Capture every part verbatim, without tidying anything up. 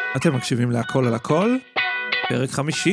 אתם מקשיבים להכל על הכל, פרק חמישי.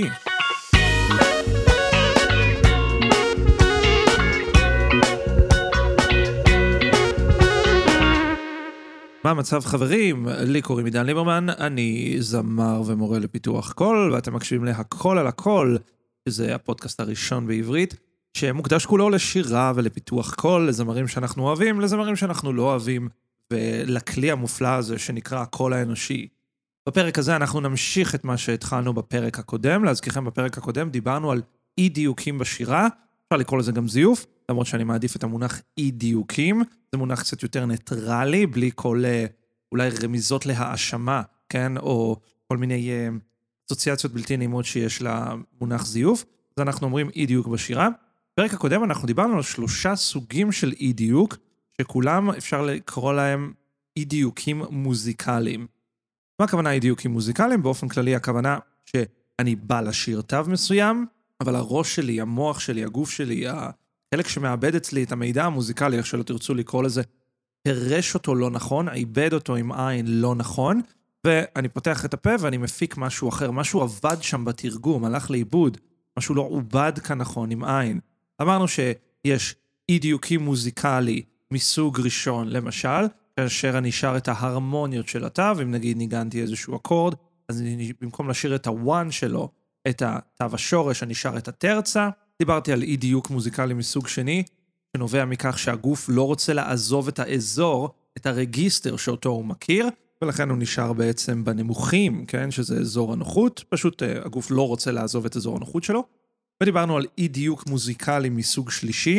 מה המצב חברים? לי קוראים עידן ליברמן, אני זמר ומורה לפיתוח קול, ואתם מקשיבים להכל על הכל, שזה הפודקאסט הראשון בעברית, שמוקדש כולו לשירה ולפיתוח קול, לזמרים שאנחנו אוהבים, לזמרים שאנחנו לא אוהבים, ולכלי המופלא הזה שנקרא הקול האנושי. בפרק הזה אנחנו נמשיך את מה שהתחלנו בפרק הקודם, להזכירכם בפרק הקודם דיברנו על אי דיוקים בשירה, אפשר לקרוא לזה גם זיוף, למרות שאני מעדיף את המונח אי דיוקים, זה מונח קצת יותר ניטרלי, בלי כל אולי רמיזות להאשמה, כן, או כל מיני אסוציאציות בלתי נעימות שיש למונח זיוף, אז אנחנו אומרים אי דיוק בשירה. בפרק הקודם אנחנו דיברנו על שלושה סוגים של אי דיוק, שכולם אפשר לקרוא להם אי דיוקים מוזיקליים. מה הכוונה אי דיוקים מוזיקליים? באופן כללי הכוונה שאני בא לשיר תו מסוים, אבל הראש שלי, המוח שלי, הגוף שלי, החלק שמאבד אצלי את המידע המוזיקלי, איך שלא תרצו לקרוא לזה, הרש אותו לא נכון, עיבד אותו עם עין לא נכון, ואני פותח את הפה ואני מפיק משהו אחר, משהו עבד שם בתרגום, הלך לאיבוד, משהו לא עובד כאן נכון עם עין. אמרנו שיש אי דיוקים מוזיקלי מסוג ראשון, למשל, כאשר אני שר את ההרמוניות של התו, אם נגיד ניגנתי איזשהו אקורד, אז אני, במקום לשיר את הוואן שלו, את התו השורש, אני שר את הטרצה. דיברתי על אי דיוק מוזיקלי מסוג שני, שנובע מכך שהגוף לא רוצה לעזוב את האזור, את הרגיסטר שאותו הוא מכיר, ולכן הוא נשאר בעצם בנמוכים, כן? שזה אזור הנוחות, פשוט הגוף לא רוצה לעזוב את אזור הנוחות שלו. ודיברנו על אי דיוק מוזיקלי מסוג שלישי,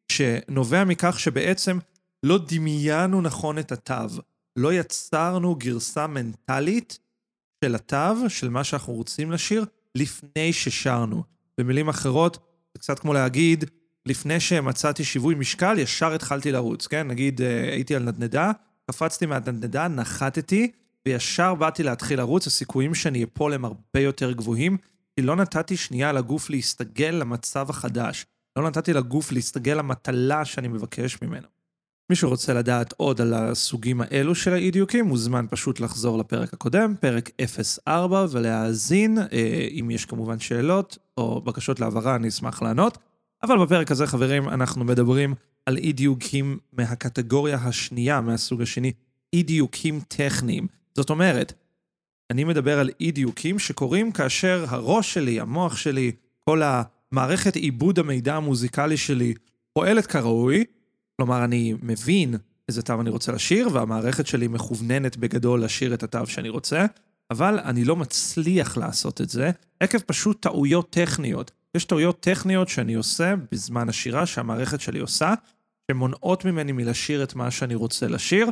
שנובע מכך שבעצם לא דמיינו נכון את התו, לא יצרנו גרסה מנטלית של התו, של מה שאנחנו רוצים לשיר, לפני ששרנו. במילים אחרות, זה קצת כמו להגיד, לפני שמצאתי שיווי משקל, ישר התחלתי לרוץ, כן? נגיד, הייתי על נדנדה, קפצתי מהנדנדה, נחתתי, וישר באתי להתחיל לרוץ, הסיכויים שאני אפול הם הרבה יותר גבוהים, כי לא נתתי שנייה לגוף להסתגל למצב החדש, לא נתתי לגוף להסתגל למטלה שאני מבקש ממנו. מי שרוצה לדעת עוד על הסוגים האלו של האי דיוקים, מוזמן פשוט לחזור לפרק הקודם, פרק אפס ארבע, ולהאזין, אם יש כמובן שאלות או בקשות להעברה, אני אשמח לענות. אבל בפרק הזה, חברים, אנחנו מדברים על אי דיוקים מהקטגוריה השנייה, מהסוג השני, אי דיוקים טכניים. זאת אומרת, אני מדבר על אי דיוקים שקורים כאשר הראש שלי, המוח שלי, כל המערכת עיבוד המידע המוזיקלי שלי פועלת כראוי, כלומר, אני מבין איזה תו אני רוצה לשיר, והמערכת שלי מכווננת בגדול לשיר את התו שאני רוצה, אבל אני לא מצליח לעשות את זה, עקב פשוט טעויות טכניות. יש טעויות טכניות שאני עושה בזמן השירה, שהמערכת שלי עושה, שמונעות ממני מלשיר את מה שאני רוצה לשיר,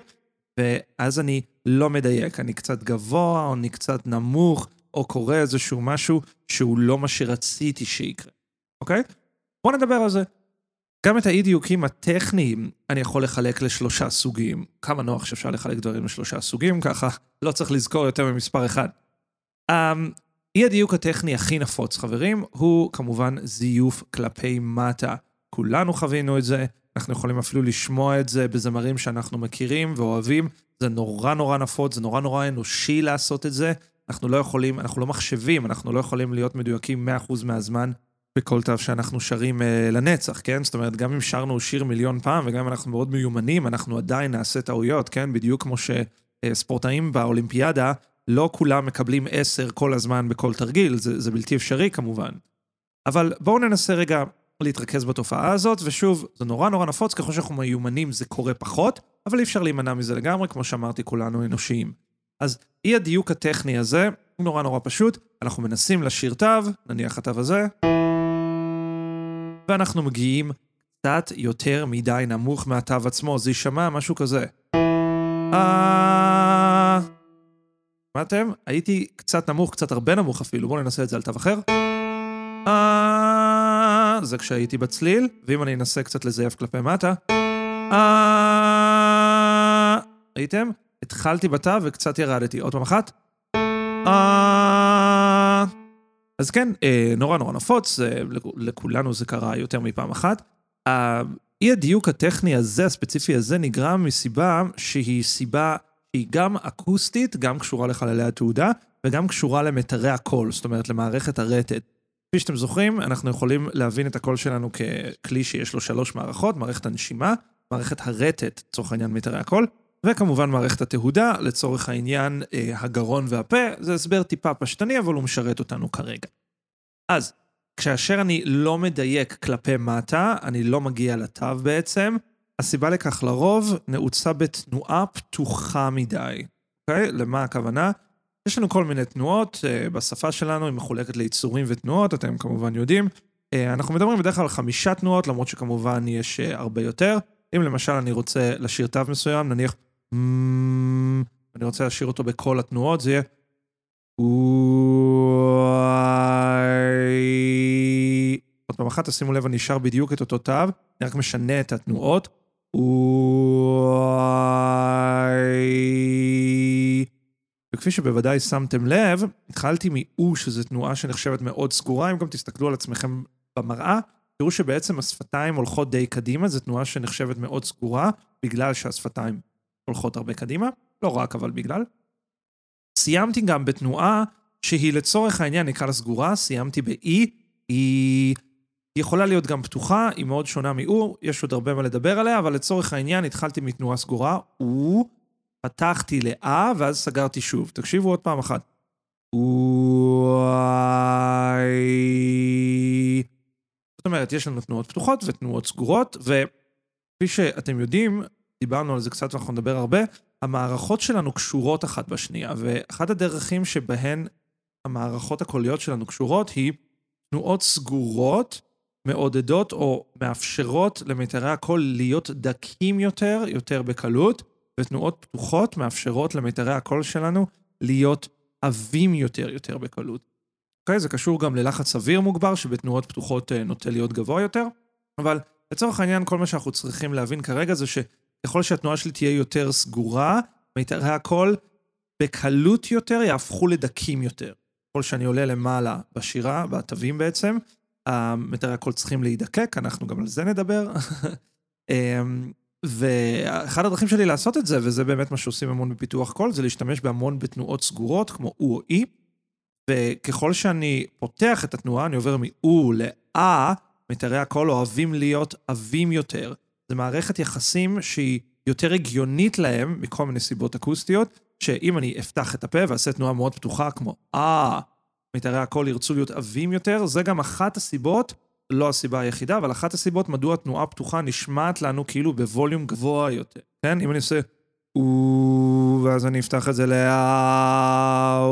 ואז אני לא מדייק, אני קצת גבוה, או אני קצת נמוך, או קורא איזשהו משהו שהוא לא מה שרציתי שיקרה. אוקיי? בואו נדבר על זה. גם את האי דיוקים הטכניים אני יכול לחלק לשלושה סוגים. כמה נוח שאפשר לחלק דברים לשלושה סוגים, ככה לא צריך לזכור יותר ממספר אחד. האי הדיוק הטכני הכי נפוץ, חברים, הוא כמובן זיוף כלפי מטה. כולנו חווינו את זה, אנחנו יכולים אפילו לשמוע את זה בזמרים שאנחנו מכירים ואוהבים. זה נורא נורא נפוץ, זה נורא נורא אנושי לעשות את זה. אנחנו לא יכולים, אנחנו לא מחשבים, אנחנו לא יכולים להיות מדויקים מאה אחוז מהזמן, בכל תו שאנחנו שרים uh, לנצח, כן? זאת אומרת, גם אם שרנו שיר מיליון פעם, וגם אם אנחנו מאוד מיומנים, אנחנו עדיין נעשה טעויות, כן? בדיוק כמו שספורטאים uh, באולימפיאדה, לא כולם מקבלים עשר כל הזמן בכל תרגיל, זה, זה בלתי אפשרי כמובן. אבל בואו ננסה רגע להתרכז בתופעה הזאת, ושוב, זה נורא נורא נפוץ, ככל שאנחנו מיומנים זה קורה פחות, אבל אי אפשר להימנע מזה לגמרי, כמו שאמרתי, כולנו אנושיים. אז אי הדיוק הטכני הזה, הוא נורא נורא פשוט, אנחנו מנסים לשיר תו, נניח התו הזה, ואנחנו מגיעים קצת יותר מדי נמוך מהתו עצמו, זה יישמע משהו כזה. אה... שמעתם? הייתי קצת נמוך, קצת הרבה נמוך אפילו, בואו ננסה את זה על תו אחר. אה... זה כשהייתי בצליל, ואם אני אנסה קצת לזייף כלפי מטה. אה... ראיתם? התחלתי בתו וקצת ירדתי. עוד פעם אחת. אה... אז כן, נורא נורא נפוץ, לכולנו זה קרה יותר מפעם אחת. האי הדיוק הטכני הזה, הספציפי הזה, נגרם מסיבה שהיא סיבה שהיא גם אקוסטית, גם קשורה לחללי התעודה, וגם קשורה למתרי הקול, זאת אומרת למערכת הרטט. כפי שאתם זוכרים, אנחנו יכולים להבין את הקול שלנו ככלי שיש לו שלוש מערכות, מערכת הנשימה, מערכת הרטט, לצורך העניין מתרי הקול, וכמובן מערכת התהודה, לצורך העניין הגרון והפה, זה הסבר טיפה פשטני, אבל הוא משרת אותנו כרגע. אז, כאשר אני לא מדייק כלפי מטה, אני לא מגיע לתו בעצם, הסיבה לכך לרוב נעוצה בתנועה פתוחה מדי. אוקיי? למה הכוונה? יש לנו כל מיני תנועות, בשפה שלנו היא מחולקת ליצורים ותנועות, אתם כמובן יודעים. אנחנו מדברים בדרך כלל על חמישה תנועות, למרות שכמובן יש הרבה יותר. אם למשל אני רוצה לשיר תו מסוים, נניח, אני רוצה לשיר אותו בכל התנועות, זה יהיה עוד פעם אחת, תשימו לב, אני שר בדיוק את אותו תו, אני רק משנה את התנועות. וכפי שבוודאי שמתם לב, התחלתי מאו, שזו תנועה שנחשבת מאוד סגורה, אם גם תסתכלו על עצמכם במראה, תראו שבעצם השפתיים הולכות די קדימה, זו תנועה שנחשבת מאוד סגורה, בגלל שהשפתיים הולכות הרבה קדימה, לא רק אבל בגלל. סיימתי גם בתנועה שהיא לצורך העניין נקרא לה סגורה, סיימתי באי, היא יכולה להיות גם פתוחה, היא מאוד שונה מאו, יש עוד הרבה מה לדבר עליה, אבל לצורך העניין התחלתי מתנועה סגורה, או, פתחתי לאה, ואז סגרתי שוב. תקשיבו עוד פעם אחת. זאת אומרת, יש לנו תנועות פתוחות ותנועות סגורות, וכפי שאתם יודעים, דיברנו על זה קצת ואנחנו נדבר הרבה, המערכות שלנו קשורות אחת בשנייה, ואחת הדרכים שבהן המערכות הקוליות שלנו קשורות היא תנועות סגורות, מעודדות או מאפשרות למיתרי הקול להיות דקים יותר, יותר בקלות, ותנועות פתוחות מאפשרות למיתרי הקול שלנו להיות עבים יותר, יותר בקלות. אוקיי, זה קשור גם ללחץ אוויר מוגבר, שבתנועות פתוחות נוטה להיות גבוה יותר, אבל לצורך העניין כל מה שאנחנו צריכים להבין כרגע זה שככל שהתנועה שלי תהיה יותר סגורה, מיתרי הקול בקלות יותר יהפכו לדקים יותר. ככל שאני עולה למעלה בשירה, בתווים בעצם, מיתרי הקול צריכים להידקק, אנחנו גם על זה נדבר. ואחד הדרכים שלי לעשות את זה, וזה באמת מה שעושים המון בפיתוח קול, זה להשתמש בהמון בתנועות סגורות, כמו או או אי, וככל שאני פותח את התנועה, אני עובר מאו לאה, מיתרי הקול אוהבים להיות עבים יותר. זה מערכת יחסים שהיא יותר הגיונית להם, מכל מיני סיבות אקוסטיות, שאם אני אפתח את הפה ועשה תנועה מאוד פתוחה, כמו אה, מיתרי הקול ירצו להיות עבים יותר, זה גם אחת הסיבות, לא הסיבה היחידה, אבל אחת הסיבות מדוע תנועה פתוחה נשמעת לנו כאילו בווליום גבוה יותר. כן? אם אני עושה או, ואז אני אפתח את זה לאה,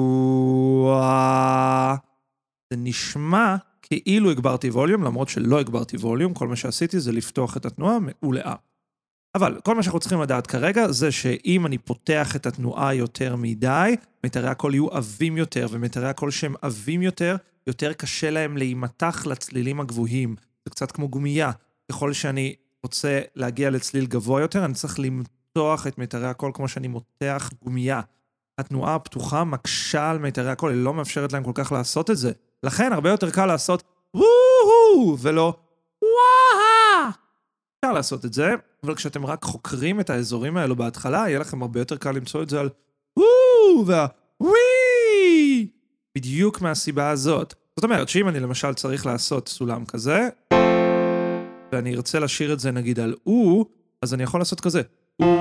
זה נשמע כאילו הגברתי ווליום, למרות שלא הגברתי ווליום, כל מה שעשיתי זה לפתוח את התנועה מאו לאה. אבל כל מה שאנחנו צריכים לדעת כרגע זה שאם אני פותח את התנועה יותר מדי, מיתרי הקול יהיו עבים יותר, ומיתרי הקול שהם עבים יותר, יותר קשה להם להימתח לצלילים הגבוהים. זה קצת כמו גומייה. ככל שאני רוצה להגיע לצליל גבוה יותר, אני צריך למתוח את מיתרי הקול כמו שאני מותח גומייה. התנועה הפתוחה מקשה על מיתרי הקול, היא לא מאפשרת להם כל כך לעשות את זה. לכן הרבה יותר קל לעשות וואו ולא וואו. אפשר לעשות את זה, אבל כשאתם רק חוקרים את האזורים האלו בהתחלה, יהיה לכם הרבה יותר קל למצוא את זה על וואו והווי. בדיוק מהסיבה הזאת. זאת אומרת שאם אני למשל צריך לעשות סולם כזה, ואני ארצה לשיר את זה נגיד על או, אז אני יכול לעשות כזה.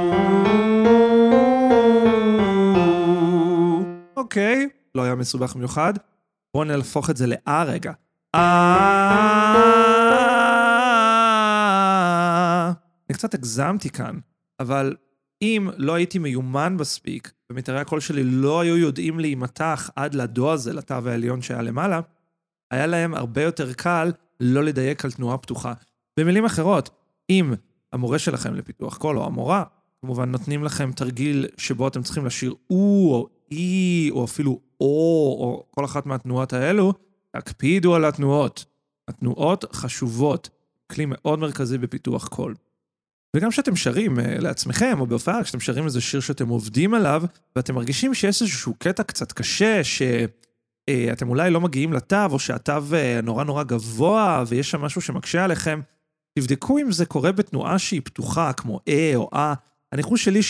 אוקיי, לא היה מסובך מיוחד. בואו נהפוך את זה לאה רגע. אני קצת הגזמתי כאן, אבל אם לא הייתי מיומן בספיק, ומיתרי הקול שלי לא היו יודעים להימתח עד לדו הזה, לתו העליון שהיה למעלה, היה להם הרבה יותר קל לא לדייק על תנועה פתוחה. במילים אחרות, אם המורה שלכם לפיתוח קול או המורה, כמובן נותנים לכם תרגיל שבו אתם צריכים לשיר או או אי, או אפילו או, או כל אחת מהתנועות האלו, תקפידו על התנועות. התנועות חשובות, כלי מאוד מרכזי בפיתוח קול. וגם כשאתם שרים לעצמכם, או בהופעה, כשאתם שרים איזה שיר שאתם עובדים עליו, ואתם מרגישים שיש איזשהו קטע קצת קשה, שאתם אולי לא מגיעים לתו, או שהתו נורא נורא גבוה, ויש שם משהו שמקשה עליכם, תבדקו אם זה קורה בתנועה שהיא פתוחה, כמו אה או אה. הניחוש שלי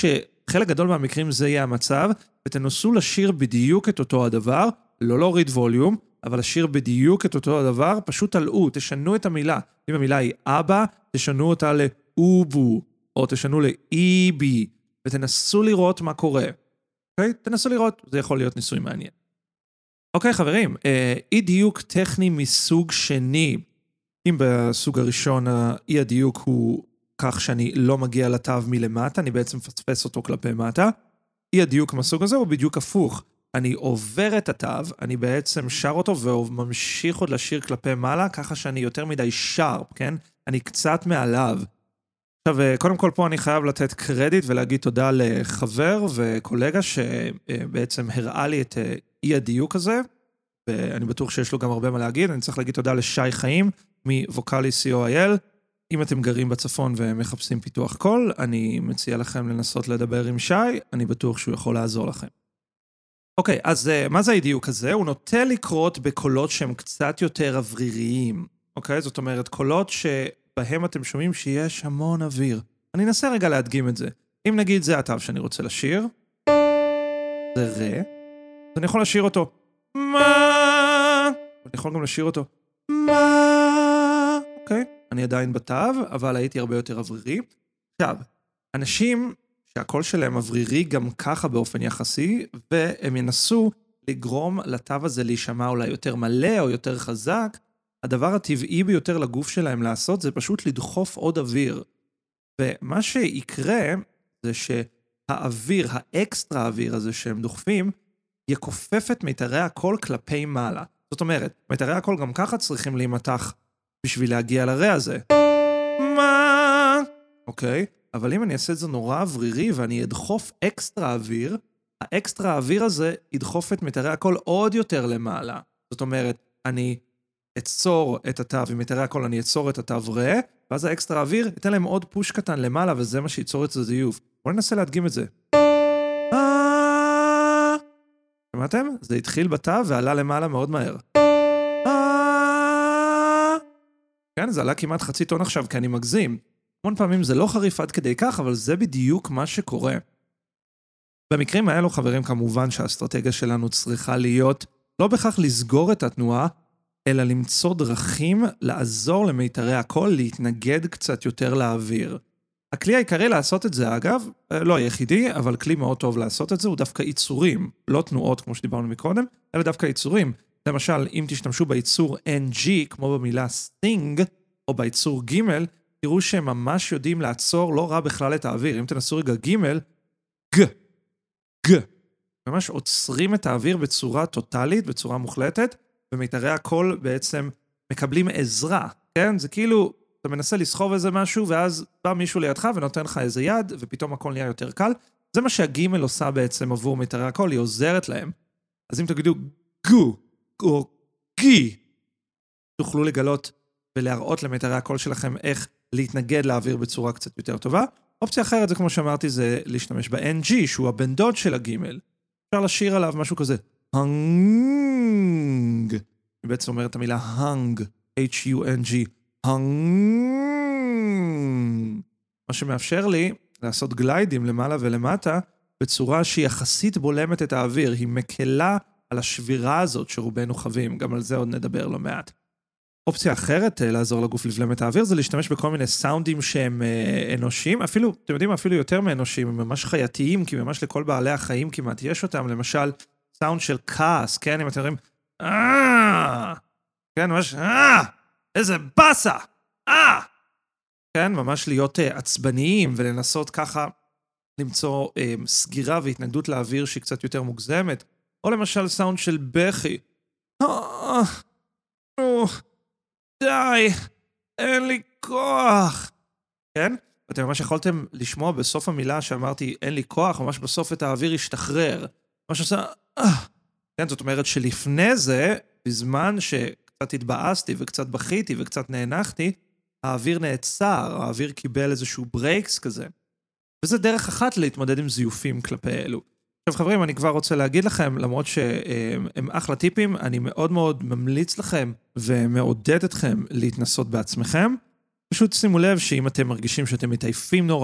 חלק גדול מהמקרים זה יהיה המצב, ותנסו לשיר בדיוק את אותו הדבר, לא להוריד ווליום, אבל לשיר בדיוק את אותו הדבר, פשוט תלעו, תשנו את המילה. אם המילה היא אבא, תשנו אותה לאובו, או תשנו לאיבי, ותנסו לראות מה קורה. אוקיי? תנסו לראות, זה יכול להיות ניסוי מעניין. אוקיי, חברים, אי דיוק טכני מסוג שני. אם בסוג הראשון אי הדיוק הוא כך שאני לא מגיע לתו מלמטה, אני בעצם מפספס אותו כלפי מטה. אי הדיוק מסוג הזה הוא בדיוק הפוך. אני עובר את התו, אני בעצם שר אותו וממשיך עוד לשיר כלפי מעלה, ככה שאני יותר מדי שרפ, כן? אני קצת מעליו. עכשיו, קודם כל פה אני חייב לתת קרדיט ולהגיד תודה לחבר וקולגה שבעצם הראה לי את אי הדיוק הזה, ואני בטוח שיש לו גם הרבה מה להגיד. אני צריך להגיד תודה לשי חיים מווקלי סי או איי אל. אם אתם גרים בצפון ומחפשים פיתוח קול, אני מציע לכם לנסות לדבר עם שי, אני בטוח שהוא יכול לעזור לכם. אוקיי, אז מה זה הדיוק הזה? הוא נוטה לקרות בקולות שהם קצת יותר אווריריים. אוקיי, זאת אומרת, קולות שבהם אתם שומעים שיש המון אוויר. אני אנסה רגע להדגים את זה. אם נגיד זה התו שאני רוצה לשיר, זה רה, אז אני יכול לשיר אותו מה, אני יכול גם לשיר אותו מה, אוקיי? אני עדיין בתו, אבל הייתי הרבה יותר אוורירי. עכשיו, אנשים שהקול שלהם אוורירי גם ככה באופן יחסי, והם ינסו לגרום לתו הזה להישמע אולי יותר מלא או יותר חזק, הדבר הטבעי ביותר לגוף שלהם לעשות זה פשוט לדחוף עוד אוויר. ומה שיקרה זה שהאוויר, האקסטרה אוויר הזה שהם דוחפים, יכופף את מיתרי הקול כלפי מעלה. זאת אומרת, מיתרי הקול גם ככה צריכים להימתח בשביל להגיע לרע הזה. מה? אוקיי? אבל אם אני אעשה את זה נורא אוורירי ואני אדחוף אקסטרה אוויר, האקסטרה אוויר הזה ידחוף את מיתרי הקול עוד יותר למעלה. זאת אומרת, אני אצור את התו, עם מיתרי הקול אני אצור את התו רע, ואז האקסטרה אוויר ייתן להם עוד פוש קטן למעלה, וזה מה שיצור את הזיוף. בואו ננסה להדגים את זה. שמעתם? זה התחיל בתו ועלה למעלה מאוד מהר. כן, זה עלה כמעט חצי טון עכשיו, כי אני מגזים. המון פעמים זה לא חריף עד כדי כך, אבל זה בדיוק מה שקורה. במקרים האלו, חברים, כמובן שהאסטרטגיה שלנו צריכה להיות לא בכך לסגור את התנועה, אלא למצוא דרכים לעזור למיתרי הקול להתנגד קצת יותר לאוויר. הכלי העיקרי לעשות את זה, אגב, לא היחידי, אבל כלי מאוד טוב לעשות את זה, הוא דווקא ייצורים, לא תנועות כמו שדיברנו מקודם, אלא דווקא ייצורים. למשל, אם תשתמשו בייצור אן ג'י, כמו במילה sting, או בייצור ג', תראו שהם ממש יודעים לעצור לא רע בכלל את האוויר. אם תנסו רגע ג', ג, ג. ממש עוצרים את האוויר בצורה טוטלית, בצורה מוחלטת, ומיתרי הקול בעצם מקבלים עזרה, כן? זה כאילו, אתה מנסה לסחוב איזה משהו, ואז בא מישהו לידך ונותן לך איזה יד, ופתאום הקול נהיה יותר קל. זה מה שהגימל עושה בעצם עבור מיתרי הקול, היא עוזרת להם. אז אם תגידו גו, או גי, תוכלו לגלות ולהראות למיתרי הקול שלכם איך להתנגד לאוויר בצורה קצת יותר טובה. אופציה אחרת, זה כמו שאמרתי, זה להשתמש ב-אן ג'י, שהוא הבן דוד של הגימל. אפשר לשיר עליו משהו כזה, הנג. אני בעצם אומר את המילה הנג, אייץ' יו אן ג'י, הנג. מה שמאפשר לי לעשות גליידים למעלה ולמטה, בצורה שהיא יחסית בולמת את האוויר, היא מקלה על השבירה הזאת שרובנו חווים, גם על זה עוד נדבר לא מעט. אופציה אחרת לעזור לגוף לבלם את האוויר, זה להשתמש בכל מיני סאונדים שהם אנושיים, אפילו, אתם יודעים, אפילו יותר מאנושיים, הם ממש חייתיים, כי ממש לכל בעלי החיים כמעט יש אותם, למשל, סאונד של כעס, כן, אם אתם אומרים, אה, כן, ממש, אה, איזה בסה, אה, כן, ממש להיות עצבניים, ולנסות ככה למצוא אה, סגירה והתנגדות לאוויר שהיא קצת יותר מוגזמת, או למשל סאונד של בכי, אה, נו, די, אין לי כוח. כן? ואתם ממש יכולתם לשמוע בסוף המילה שאמרתי אין לי כוח, ממש בסוף את האוויר ישתחרר. ממש עושה, אה. כן, זאת אומרת שלפני זה, בזמן שקצת התבאסתי וקצת בכיתי וקצת נאנחתי, האוויר נעצר, האוויר קיבל איזשהו ברייקס כזה. וזה דרך אחת להתמודד עם זיופים כלפי אלו. עכשיו חברים, אני כבר רוצה להגיד לכם, למרות שהם אחלה טיפים, אני מאוד מאוד ממליץ לכם ומעודד אתכם להתנסות בעצמכם. פשוט שימו לב שאם אתם מרגישים שאתם מתעייפים נורא,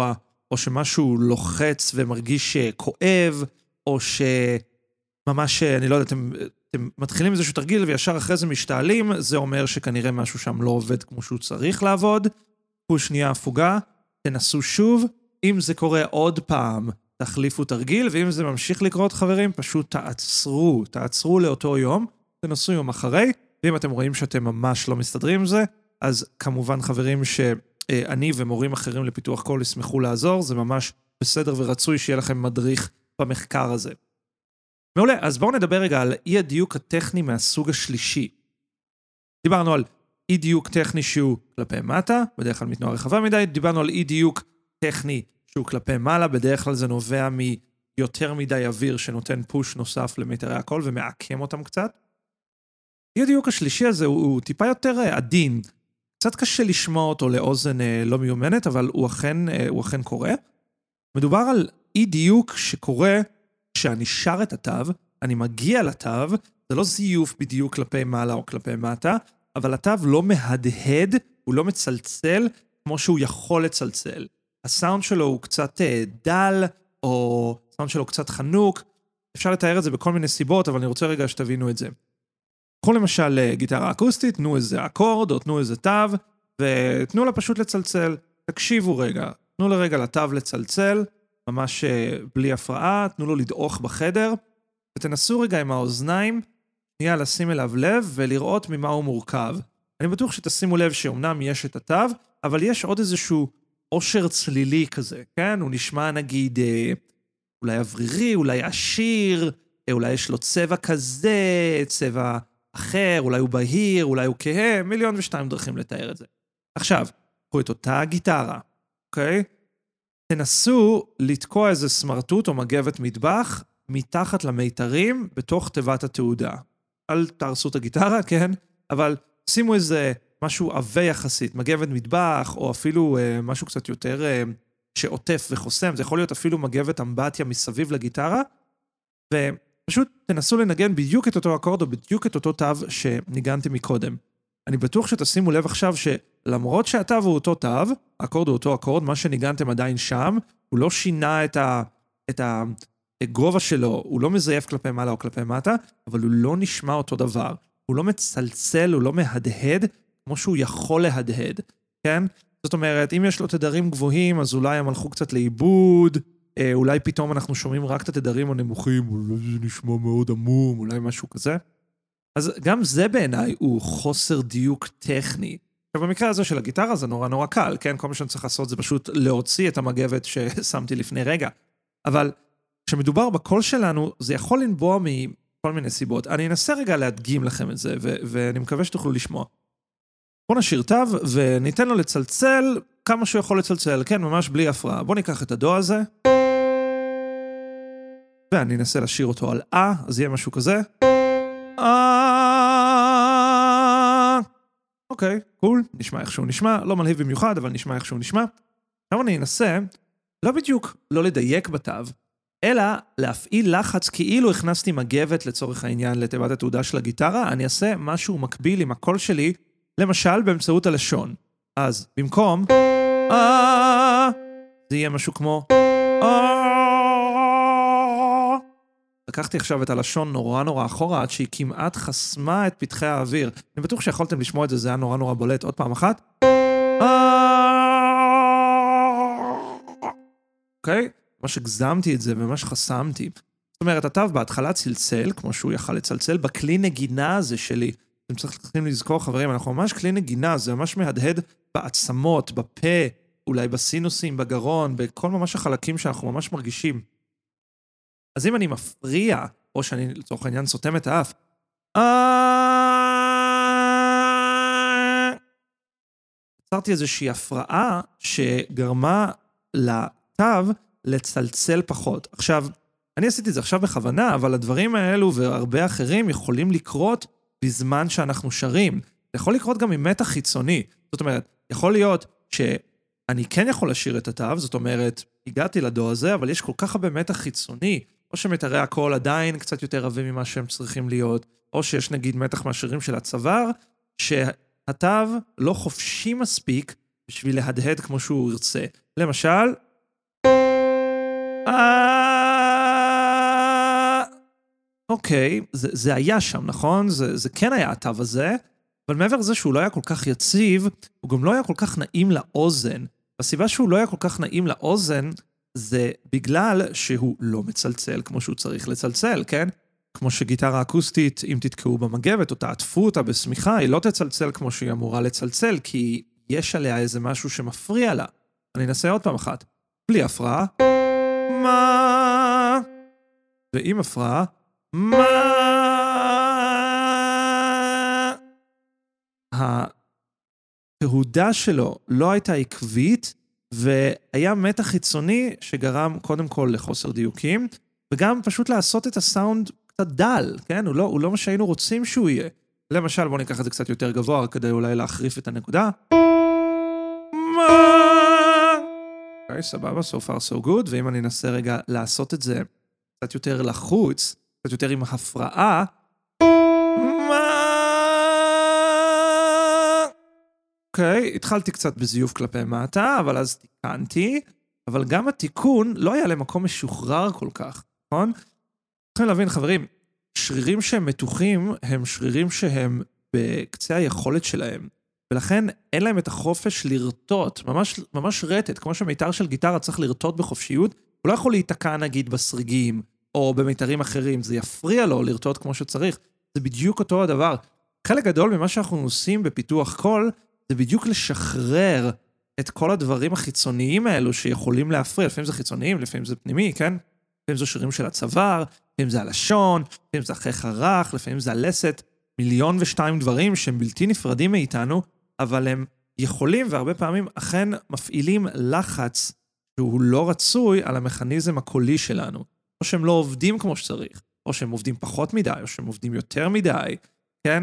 או שמשהו לוחץ ומרגיש כואב, או שממש, אני לא יודע, אתם, אתם מתחילים איזשהו תרגיל וישר אחרי זה משתעלים, זה אומר שכנראה משהו שם לא עובד כמו שהוא צריך לעבוד. קחו שנייה הפוגה, תנסו שוב, אם זה קורה עוד פעם, תחליפו תרגיל, ואם זה ממשיך לקרות חברים, פשוט תעצרו, תעצרו לאותו יום, תנסו יום אחרי, ואם אתם רואים שאתם ממש לא מסתדרים עם זה, אז כמובן חברים שאני ומורים אחרים לפיתוח קול ישמחו לעזור, זה ממש בסדר ורצוי שיהיה לכם מדריך במחקר הזה. מעולה, אז בואו נדבר רגע על אי הדיוק הטכני מהסוג השלישי. דיברנו על אי דיוק טכני שהוא כלפי מטה, בדרך כלל מתנועה רחבה מדי, דיברנו על אי דיוק טכני שהוא כלפי מעלה, בדרך כלל זה נובע מיותר מדי אוויר שנותן פוש נוסף למיתרי הקול ומעקם אותם קצת. אי הדיוק השלישי הזה הוא, הוא טיפה יותר עדין, קצת קשה לשמוע אותו לאוזן לא מיומנת, אבל הוא אכן, הוא אכן קורה. מדובר על אי דיוק שקורה כשאני שר את התו, אני מגיע לתו, זה לא זיוף בדיוק כלפי מעלה או כלפי מטה, אבל התו לא מהדהד, הוא לא מצלצל כמו שהוא יכול לצלצל. הסאונד שלו הוא קצת דל, או הסאונד שלו קצת חנוק, אפשר לתאר את זה בכל מיני סיבות, אבל אני רוצה רגע שתבינו את זה. קחו למשל גיטרה אקוסטית, תנו איזה אקורד, או תנו איזה תו, ותנו לה פשוט לצלצל. תקשיבו רגע, תנו לרגע לתו לצלצל, ממש בלי הפרעה, תנו לו לדעוך בחדר, ותנסו רגע עם האוזניים, נהיה לשים אליו לב ולראות ממה הוא מורכב. אני בטוח שתשימו לב שאומנם יש את התו, אבל יש עוד איזשהו עושר צלילי כזה, כן? הוא נשמע נגיד אולי אוורירי, אולי עשיר, אולי יש לו צבע כזה, צבע אחר, אולי הוא בהיר, אולי הוא כהה, מיליון ושתיים דרכים לתאר את זה. עכשיו, קחו את אותה גיטרה, אוקיי? תנסו לתקוע איזה סמרטוט או מגבת מטבח מתחת למיתרים בתוך תיבת התעודה. אל תהרסו את הגיטרה, כן? אבל שימו איזה משהו עבה יחסית, מגבת מטבח, או אפילו אה, משהו קצת יותר אה, שעוטף וחוסם, זה יכול להיות אפילו מגבת אמבטיה מסביב לגיטרה, ופשוט תנסו לנגן בדיוק את אותו אקורד, או בדיוק את אותו תו שניגנתם מקודם. אני בטוח שתשימו לב עכשיו שלמרות שהתו הוא אותו תו, האקורד הוא אותו אקורד, מה שניגנתם עדיין שם, הוא לא שינה את ה... את ה גובה שלו, הוא לא מזייף כלפי מעלה או כלפי מטה, אבל הוא לא נשמע אותו דבר. הוא לא מצלצל, הוא לא מהדהד, כמו שהוא יכול להדהד, כן? זאת אומרת, אם יש לו תדרים גבוהים, אז אולי הם הלכו קצת לאיבוד, אולי פתאום אנחנו שומעים רק את התדרים הנמוכים, אולי זה נשמע מאוד עמום, אולי משהו כזה. אז גם זה בעיניי הוא חוסר דיוק טכני. עכשיו, במקרה הזה של הגיטרה זה נורא נורא קל, כן? כל מה שאני צריך לעשות זה פשוט להוציא את המגבת ששמתי לפני רגע. אבל כשמדובר בקול שלנו, זה יכול לנבוע מכל מיני סיבות. אני אנסה רגע להדגים לכם את זה, ו- ואני מקווה שתוכלו לשמוע. בואו נשאיר תו, וניתן לו לצלצל כמה שהוא יכול לצלצל, כן, ממש בלי הפרעה. בואו ניקח את הדו הזה, ואני אנסה לשיר אותו על אה, אז יהיה משהו כזה. אה... אוקיי, קול, נשמע איך שהוא נשמע, לא מלהיב במיוחד, אבל נשמע איך שהוא נשמע. עכשיו אני אנסה, לא בדיוק לא לדייק בתו, אלא להפעיל לחץ כאילו הכנסתי מגבת לצורך העניין לתיבת התעודה של הגיטרה, אני אעשה משהו מקביל עם הקול שלי, למשל באמצעות הלשון. אז במקום אה, זה יהיה משהו כמו אה. לקחתי עכשיו את הלשון נורא נורא אחורה, עד שהיא כמעט חסמה את פתחי האוויר. אני בטוח שיכולתם לשמוע את זה, זה היה נורא נורא בולט. עוד פעם אחת. אוקיי? ממש הגזמתי את זה וממש חסמתי. זאת אומרת, התו בהתחלה צלצל, כמו שהוא יכל לצלצל, בכלי נגינה הזה שלי. אתם צריכים לזכור, חברים, אנחנו ממש כלי נגינה, זה ממש מהדהד בעצמות, בפה, אולי בסינוסים, בגרון, בכל ממש החלקים שאנחנו ממש מרגישים. אז אם אני מפריע, או שאני לצורך העניין סותם את האף, יצרתי איזושהי הפרעה שגרמה לתו לצלצל פחות. עכשיו, אני עשיתי את זה עכשיו בכוונה, אבל הדברים האלו והרבה אחרים יכולים לקרות בזמן שאנחנו שרים. זה יכול לקרות גם עם מתח חיצוני. זאת אומרת, יכול להיות שאני כן יכול לשיר את התו, זאת אומרת, הגעתי לדו הזה, אבל יש כל כך הרבה מתח חיצוני, או שמתארי הקול עדיין קצת יותר רבים ממה שהם צריכים להיות, או שיש נגיד מתח מהשירים של הצוואר, שהתו לא חופשי מספיק בשביל להדהד כמו שהוא ירצה. למשל, אוקיי, זה, זה היה שם, נכון? זה, זה כן היה התו הזה, אבל מעבר לזה שהוא לא היה כל כך יציב, הוא גם לא היה כל כך נעים לאוזן. הסיבה שהוא לא היה כל כך נעים לאוזן, זה בגלל שהוא לא מצלצל כמו שהוא צריך לצלצל, כן? כמו שגיטרה אקוסטית, אם תתקעו במגבת או תעטפו אותה בסמיכה, היא לא תצלצל כמו שהיא אמורה לצלצל, כי יש עליה איזה משהו שמפריע לה. אני אנסה עוד פעם אחת. בלי הפרעה. מה? ועם הפרעה. מה? התהודה שלו לא הייתה עקבית, והיה מתח חיצוני שגרם קודם כל לחוסר דיוקים, וגם פשוט לעשות את הסאונד קצת דל, כן? הוא לא, הוא לא מה שהיינו רוצים שהוא יהיה. למשל, בואו ניקח את זה קצת יותר גבוה, כדי אולי להחריף את הנקודה. מה? אוקיי, סבבה, so far so good, ואם אני אנסה רגע לעשות את זה קצת יותר לחוץ, קצת יותר עם ההפרעה, אוקיי, okay, התחלתי קצת בזיוף כלפי מטה, אבל אז תיקנתי, אבל גם התיקון לא היה למקום משוחרר כל כך, נכון? צריכים להבין, חברים, שרירים שהם מתוחים, הם שרירים שהם בקצה היכולת שלהם, ולכן אין להם את החופש לרטוט, ממש, ממש רטט, כמו שמיתר של גיטרה צריך לרטוט בחופשיות, הוא לא יכול להיתקע נגיד בסריגים, או במיתרים אחרים, זה יפריע לו לרטוט כמו שצריך, זה בדיוק אותו הדבר. חלק גדול ממה שאנחנו עושים בפיתוח קול, זה בדיוק לשחרר את כל הדברים החיצוניים האלו שיכולים להפריע, לפעמים זה חיצוניים, לפעמים זה פנימי, כן? לפעמים זה שירים של הצוואר, לפעמים זה הלשון, לפעמים זה החייך הרך, לפעמים זה הלסת, מיליון ושתיים דברים שהם בלתי נפרדים מאיתנו, אבל הם יכולים והרבה פעמים אכן מפעילים לחץ שהוא לא רצוי על המכניזם הקולי שלנו, או שהם לא עובדים כמו שצריך, או שהם עובדים פחות מדי, או שהם עובדים יותר מדי, כן?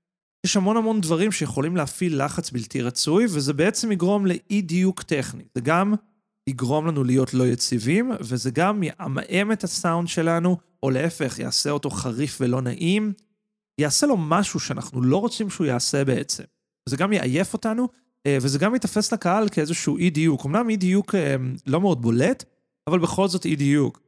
יש המון המון דברים שיכולים להפעיל לחץ בלתי רצוי, וזה בעצם יגרום לאי דיוק טכני. זה גם יגרום לנו להיות לא יציבים, וזה גם יעמעם את הסאונד שלנו, או להפך, יעשה אותו חריף ולא נעים, יעשה לו משהו שאנחנו לא רוצים שהוא יעשה בעצם. וזה גם יעייף אותנו, וזה גם יתפס לקהל כאיזשהו אי דיוק. אמנם אי דיוק לא מאוד בולט, אבל בכל זאת אי דיוק.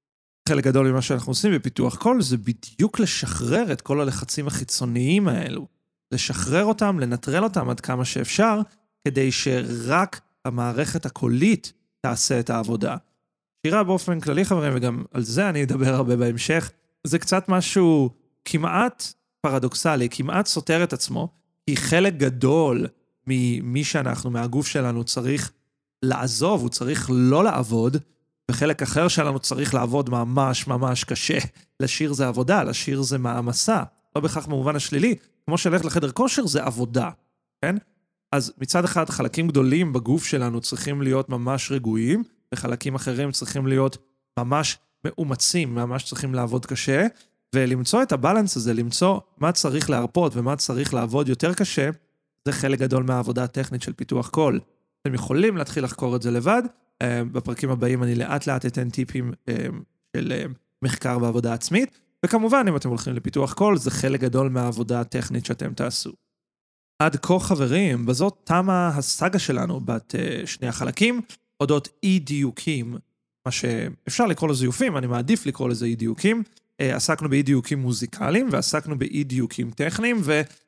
חלק גדול ממה שאנחנו עושים בפיתוח קול, זה בדיוק לשחרר את כל הלחצים החיצוניים האלו. לשחרר אותם, לנטרל אותם עד כמה שאפשר, כדי שרק המערכת הקולית תעשה את העבודה. שירה באופן כללי, חברים, וגם על זה אני אדבר הרבה בהמשך, זה קצת משהו כמעט פרדוקסלי, כמעט סותר את עצמו, כי חלק גדול ממי שאנחנו, מהגוף שלנו, צריך לעזוב, הוא צריך לא לעבוד, וחלק אחר שלנו צריך לעבוד ממש ממש קשה. לשיר זה עבודה, לשיר זה מעמסה, לא בכך במובן השלילי, כמו שהלך לחדר כושר זה עבודה, כן? אז מצד אחד חלקים גדולים בגוף שלנו צריכים להיות ממש רגועים, וחלקים אחרים צריכים להיות ממש מאומצים, ממש צריכים לעבוד קשה, ולמצוא את הבלנס הזה, למצוא מה צריך להרפות ומה צריך לעבוד יותר קשה, זה חלק גדול מהעבודה הטכנית של פיתוח קול. אתם יכולים להתחיל לחקור את זה לבד, בפרקים הבאים אני לאט לאט אתן טיפים של מחקר בעבודה עצמית, וכמובן אם אתם הולכים לפיתוח קול, זה חלק גדול מהעבודה הטכנית שאתם תעשו. עד כה חברים, בזאת תמה הסאגה שלנו בת שני החלקים, אודות אי דיוקים, מה שאפשר לקרוא לזה זיופים, אני מעדיף לקרוא לזה אי דיוקים, עסקנו באי דיוקים מוזיקליים, ועסקנו באי דיוקים טכניים,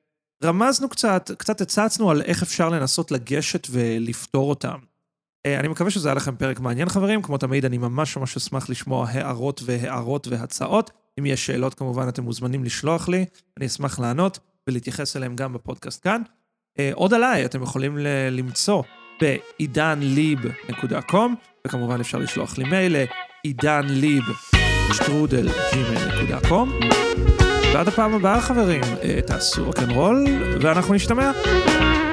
ורמזנו קצת, קצת הצצנו על איך אפשר לנסות לגשת ולפתור אותם. אני מקווה שזה היה לכם פרק מעניין חברים, כמו תמיד אני ממש ממש אשמח לשמוע הערות והערות והצעות, אם יש שאלות כמובן אתם מוזמנים לשלוח לי, אני אשמח לענות ולהתייחס אליהם גם בפודקאסט כאן. עוד עליי אתם יכולים למצוא ב-עידן ליב נקודה קום, וכמובן אפשר לשלוח לי מייל ל-עידן ליב שטרודל ג'ימייל נקודה קום. ועד הפעם הבאה חברים, תעשו רוק'נ'רול ואנחנו נשתמע.